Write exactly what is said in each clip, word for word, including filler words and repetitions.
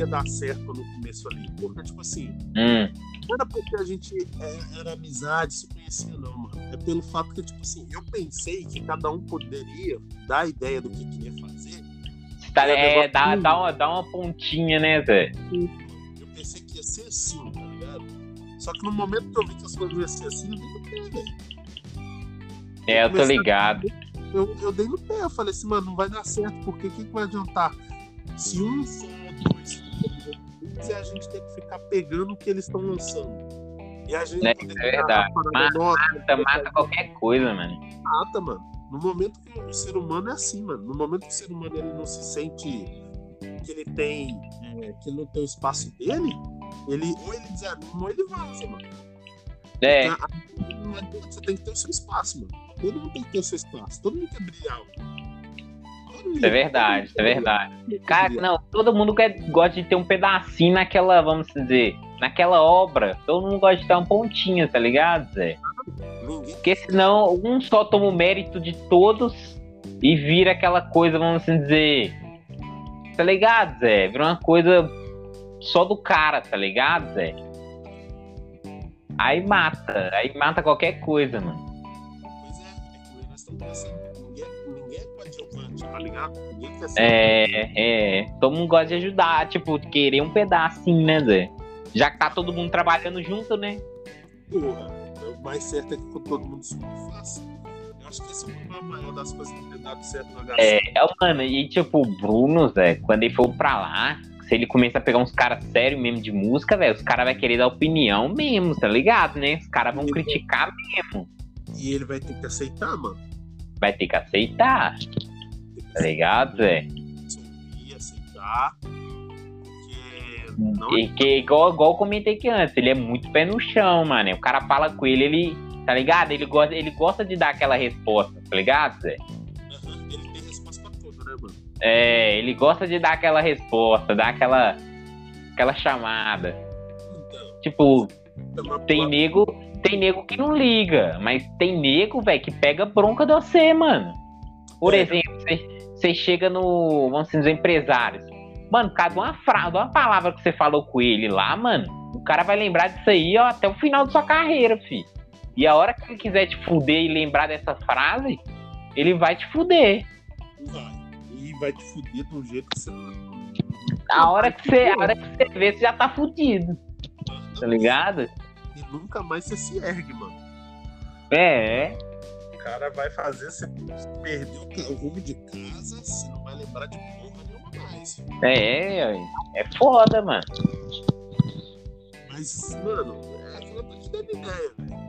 ia dar certo no começo ali. Porque, tipo assim, Hum. não era porque a gente é, era amizade, se conhecia, não, mano. É pelo fato que, tipo assim, eu pensei que cada um poderia dar a ideia do que queria fazer. Tá, E o é, negócio dá, fluir. dá, uma, dá uma pontinha, né, Zé? Eu pensei que ia ser assim, tá ligado? Só que no momento que eu vi que as coisas iam ser assim, eu dei no pé, velho. É, eu tô comecei a- ligado. Eu, eu dei no pé, eu falei assim, mano, não vai dar certo, porque o que, que vai adiantar? Se um for, dois for, e a gente tem que ficar pegando o que eles estão lançando. E a gente É, poder é verdade. a parada nossa, Mata, mata qualquer coisa, mano. mata, mano. No momento que o ser humano é assim, mano. No momento que o ser humano ele não se sente que ele tem, é, que ele não tem o espaço dele, ele ou ele desanima ou ele vaza, mano. É, Então, a- não adianta, você tem que ter o seu espaço, mano. Todo mundo tem que ter o seu espaço. Todo mundo quer brilhar. Todo mundo- isso é verdade, isso é verdade. Cara, brilhar. não, todo mundo quer, gosta de ter um pedacinho naquela, vamos dizer, naquela obra. Todo mundo gosta de ter uma pontinha, tá ligado, Zé? Ninguém Porque senão um só toma o mérito de todos e vira aquela coisa, vamos assim dizer. Tá ligado, Zé? Vira uma coisa só do cara, tá ligado, Zé? Aí mata, aí mata qualquer coisa, mano. Pois é, é que nós estamos pensando. Ninguém, ninguém é coadjuvante, tá ligado? Ninguém quer ser. É, é. Todo mundo gosta de ajudar, tipo, querer um pedacinho, né, Zé? Já que tá todo mundo trabalhando junto, né? Porra, o mais certo é que todo mundo se faça. Eu acho que esse é o problema maior das coisas não ter dado certo no H C. É, mano, e tipo, o Bruno, Zé, quando ele for pra lá, se ele começar a pegar uns caras sérios mesmo de música, velho, os caras vão querer dar opinião mesmo, tá ligado, né? Os caras vão criticar mesmo. E ele vai ter que aceitar, mano. Vai ter que aceitar, Tem que tá ligado, Zé? aceitar, aceitar. Porque não E que, igual, igual eu comentei aqui antes, ele é muito pé no chão, mano. O cara fala com ele, ele, tá ligado? Ele gosta, ele gosta de dar aquela resposta, tá ligado, Zé? Aham, ele tem resposta pra tudo, né, mano? É, ele gosta de dar aquela resposta, dar aquela, aquela chamada. Então, Tipo, é uma tem boa- nego, tem nego que não liga, mas tem nego, velho, que pega bronca de você, mano. Por É. exemplo, você, você chega no, vamos dizer, nos empresários. Mano, cada uma frase, uma palavra que você falou com ele lá, mano, o cara vai lembrar disso aí, ó, até o final da sua carreira, filho. E a hora que ele quiser te fuder e lembrar dessa frase, ele vai te fuder. vai. E vai te fuder de um jeito que você não. A hora que você, a hora que você vê, você já tá fudido, tá ligado? E nunca mais você se ergue, mano. É, O cara vai fazer você perder o rumo de casa, você não vai lembrar de porra nenhuma mais. é, é foda, mano. Mas, mano, é que eu tô te dando ideia, velho.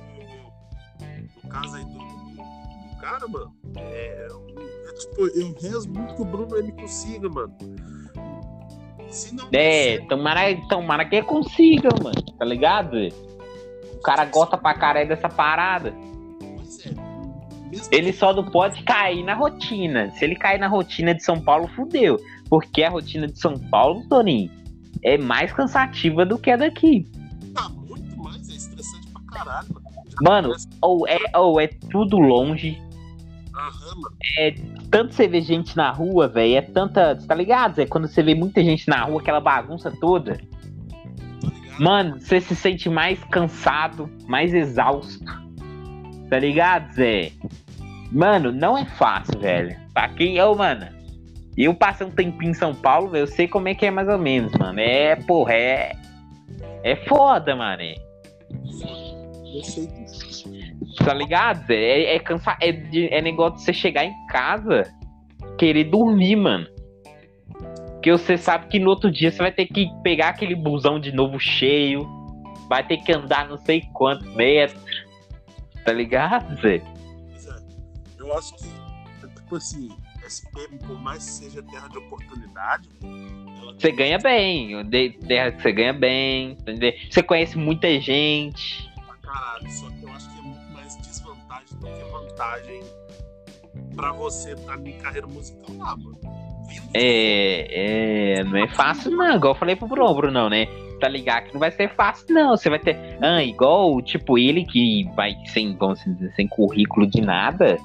No caso aí do, do, do cara, mano, é, é tipo, eu rezo muito que o Bruno ele consiga, mano. Se não É, der tomara, tomara que ele consiga, mano, tá ligado? O cara gosta pra caralho dessa parada. certo, pois é. Mesmo Ele que- só não pode cair na rotina. Se ele cair na rotina de São Paulo, fudeu. Porque a rotina de São Paulo, Toninho, é mais cansativa do que a daqui. tá muito mais, é estressante pra caralho, mano. Já Mano, começa- ou é, ou é tudo longe. Aham, mano. Tanto você vê gente na rua, velho, é tanta. Tá ligado, Zé? Quando você vê muita gente na rua, aquela bagunça toda. Tá ligado? Mano, você se sente mais cansado, mais exausto. Tá ligado, Zé? Mano, não é fácil, velho. Pra quem eu, mano. Eu passei um tempinho em São Paulo, velho. Eu sei como é que é mais ou menos, mano. É, porra, é. É foda, mano. Eu sei disso. Tá ligado, Zé? É, é, cansa... é, de- é negócio de você chegar em casa, querer dormir, mano. Porque você sabe que no outro dia você vai ter que pegar aquele busão de novo cheio. Vai ter que andar não sei quantos metros. Tá ligado, Zé? Pois é. Eu acho que, tipo assim, S P M, por mais que seja terra de oportunidade, ela Você ganha bem. De- de- Você ganha bem. Entendeu? Você conhece muita gente. pra caralho. Só que eu acho que é muito mais desvantagem do que vantagem pra você estar em carreira musical lá, mano. Vindo de É, é, não é fácil não, igual eu falei pro Bruno, Bruno, né? Tá ligado que não vai ser fácil não, você vai ter, ah, igual, tipo, ele que vai sem, vamos dizer, sem currículo de nada,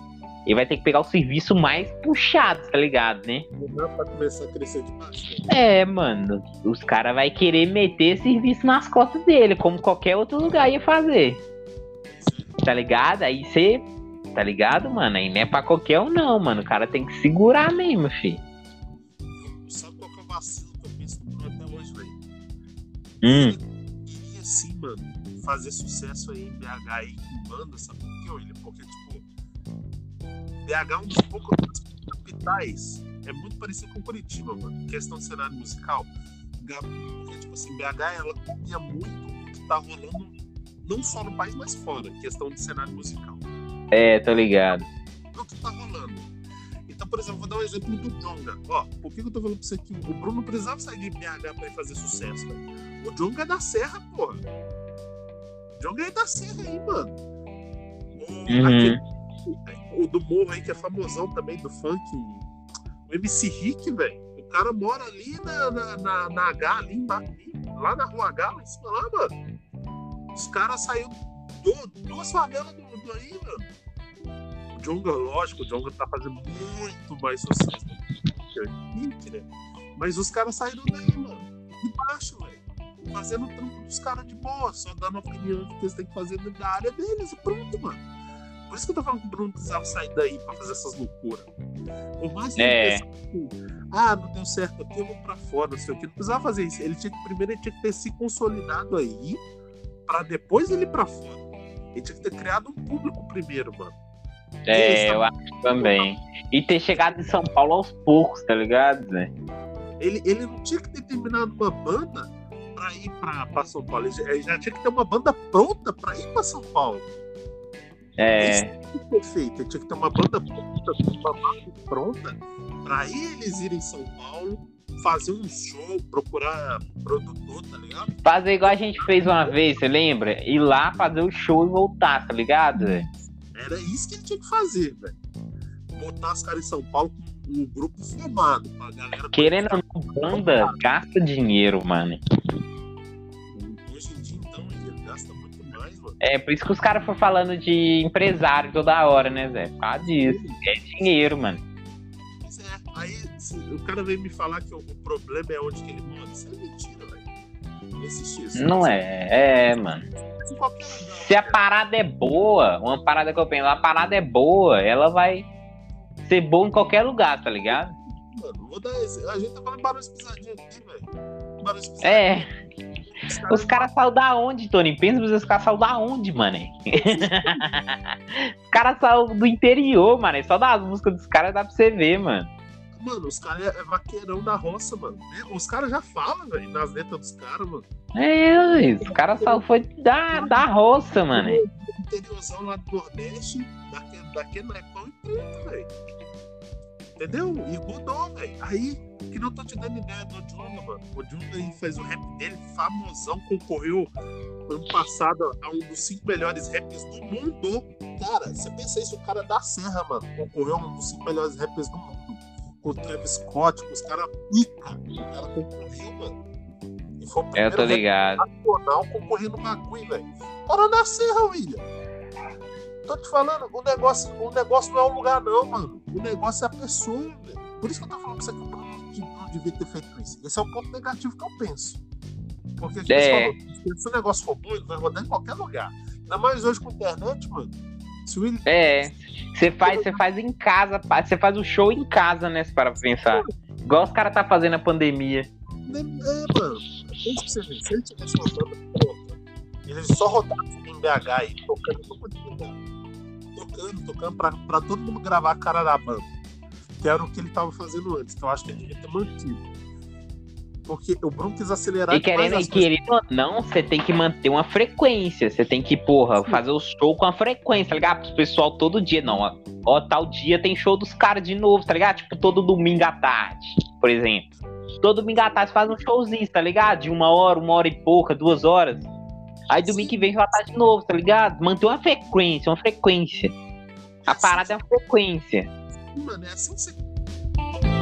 ele vai ter que pegar o serviço mais puxado, tá ligado, né? Não dá pra começar a crescer de baixo. É, mano, os caras vão querer meter serviço nas costas dele, como qualquer outro lugar ia fazer. Tá ligado? Aí você, tá ligado, mano? Aí não é pra qualquer um não, mano. O cara tem que segurar mesmo, filho. Sabe qual que é o vacilo que eu penso no Bruno até hoje, velho? Hum. Ele queria, sim, mano, fazer sucesso aí em B H aí com banda, sabe por quê, William? Porque, tipo, B H é um dos poucos capitais, é muito parecido com Curitiba, mano, questão de cenário musical. Porque, tipo assim, B H, ela copia muito o que tá rolando, não só no país, mas fora, questão de cenário musical. É, tô ligado. O que tá rolando. Então, por exemplo, vou dar um exemplo do Djonga. Ó, por que eu tô falando pra você que o Bruno não precisava sair de B H pra ir fazer sucesso, velho? O Djonga é da Serra, porra. O Djonga é da Serra aí, mano. O, Uhum. aquele, o do Morro aí, que é famosão também, do funk. O M C Rick, velho. O cara mora ali na, na, na, na H, ali embaixo, lá na Rua H, lá em cima, lá, mano. Os caras saíram do, duas favelas do, do aí, mano. O Djonga, lógico, o Djonga tá fazendo muito mais sucesso que o Rick, né? Mas os caras saíram daí, mano. De baixo, velho. Fazendo o trampo dos caras de boa, só dando a opinião que eles têm que fazer da área deles e pronto, mano. Por isso que eu tô falando que o Bruno precisava sair daí pra fazer essas loucuras. Por mais que É. ele pensasse, ah, não deu certo aqui, eu vou pra fora, não sei o que. Não precisava fazer isso. Ele tinha que, primeiro, ele tinha que ter se consolidado aí, pra depois ele ir pra fora. Ele tinha que ter criado um público primeiro, mano. É, eu acho também. E ter chegado em São Paulo aos poucos, tá ligado, Zé? Ele, ele não tinha que ter terminado uma banda pra ir pra, pra São Paulo. Ele já, ele já tinha que ter uma banda pronta pra ir pra São Paulo. É. Isso tinha que ter feito. Ele tinha que ter uma banda pronta, uma banda pronta pra eles irem em São Paulo, fazer um show, procurar produtor, tá ligado? Fazer igual a gente fez uma vez, você lembra? Ir lá fazer o show e voltar, tá ligado, Zé? Era isso que ele tinha que fazer, velho. Botar os caras em São Paulo com um grupo formado pra galera. Querendo ou não, banda gasta dinheiro, mano. Hoje em dia, então, ele gasta muito mais, mano. É por isso que os caras foram falando de empresário toda hora, né, Zé? Por causa disso. É dinheiro, mano. Pois é. Aí se o cara veio me falar que o, o problema é onde que ele mora. Isso é mentira, velho. Não existe isso. Não é, é, mano. Em qualquer lugar. Se a parada é boa, uma parada que eu penso, a parada é boa, ela vai ser boa em qualquer lugar, tá ligado? Mano, vou dar esse. A gente tá falando Barões Pisadinha aqui, velho. Barões Pisadinha. É. Os caras Os caras saíram da onde, Tony? Pensa pra vocês, os caras saíram da onde, mano? Os caras saíram do interior, mano. Só das músicas dos caras dá pra você ver, mano. Mano, os caras é, é vaqueirão da roça, mano. Os caras já falam, velho, nas letras dos caras, mano. É, os caras só foi da, da roça, mano. Interiorzão lá do Nordeste, daquele, daquele naipão e pronto, velho. Entendeu? E mudou, velho. Aí, que não tô te dando ideia do Djonga, mano. O Djonga aí fez o rap dele, famosão, concorreu ano passado a um dos cinco melhores raps do mundo. Cara, você pensa isso, o cara da Serra, mano, concorreu a um dos cinco melhores raps do mundo. Com o Travis Scott, com os caras pica. O cara concorreu, mano. E foi o Eu tô primeiro ligado. rap nacional concorrendo no bagulho, velho. Bora na Serra, William. Tô te falando, o negócio, o negócio não é o lugar, não, mano. O negócio é a pessoa, velho. Por isso que eu tô falando pra você que o Bruno não devia ter feito isso. Esse é o ponto negativo que eu penso. Porque, tipo, É. você falou, se o negócio for bom, ele vai rodar em qualquer lugar. Ainda mais hoje com a internet, mano. Se o William... É. Você faz, você faz em casa, você faz o show em casa, né? Se para pra pensar. Igual os caras tá fazendo na pandemia. É, mano. Pensa pra você ver. Se ele tivesse uma banda pronta, ele só rodava em B H aí, tocando em todo lugar. Tocando, tocando pra, pra todo mundo gravar a cara da banda. Que era o que ele tava fazendo antes, que eu acho que ele devia ter mantido. Porque o Bruno quis acelerar E querendo, e querendo ou não, você tem que manter uma frequência. Você tem que, porra, fazer o show com a frequência, tá ligado? Pro pessoal todo dia. Não, ó, ó, tal dia tem show dos caras de novo, tá ligado? Tipo, todo domingo à tarde, por exemplo. Todo domingo à tarde faz um showzinho, tá ligado? De uma hora, uma hora e pouca, duas horas. Aí domingo que vem já tá de novo, tá ligado? Manter uma frequência, uma frequência. A parada é uma frequência. Mano, é assim que você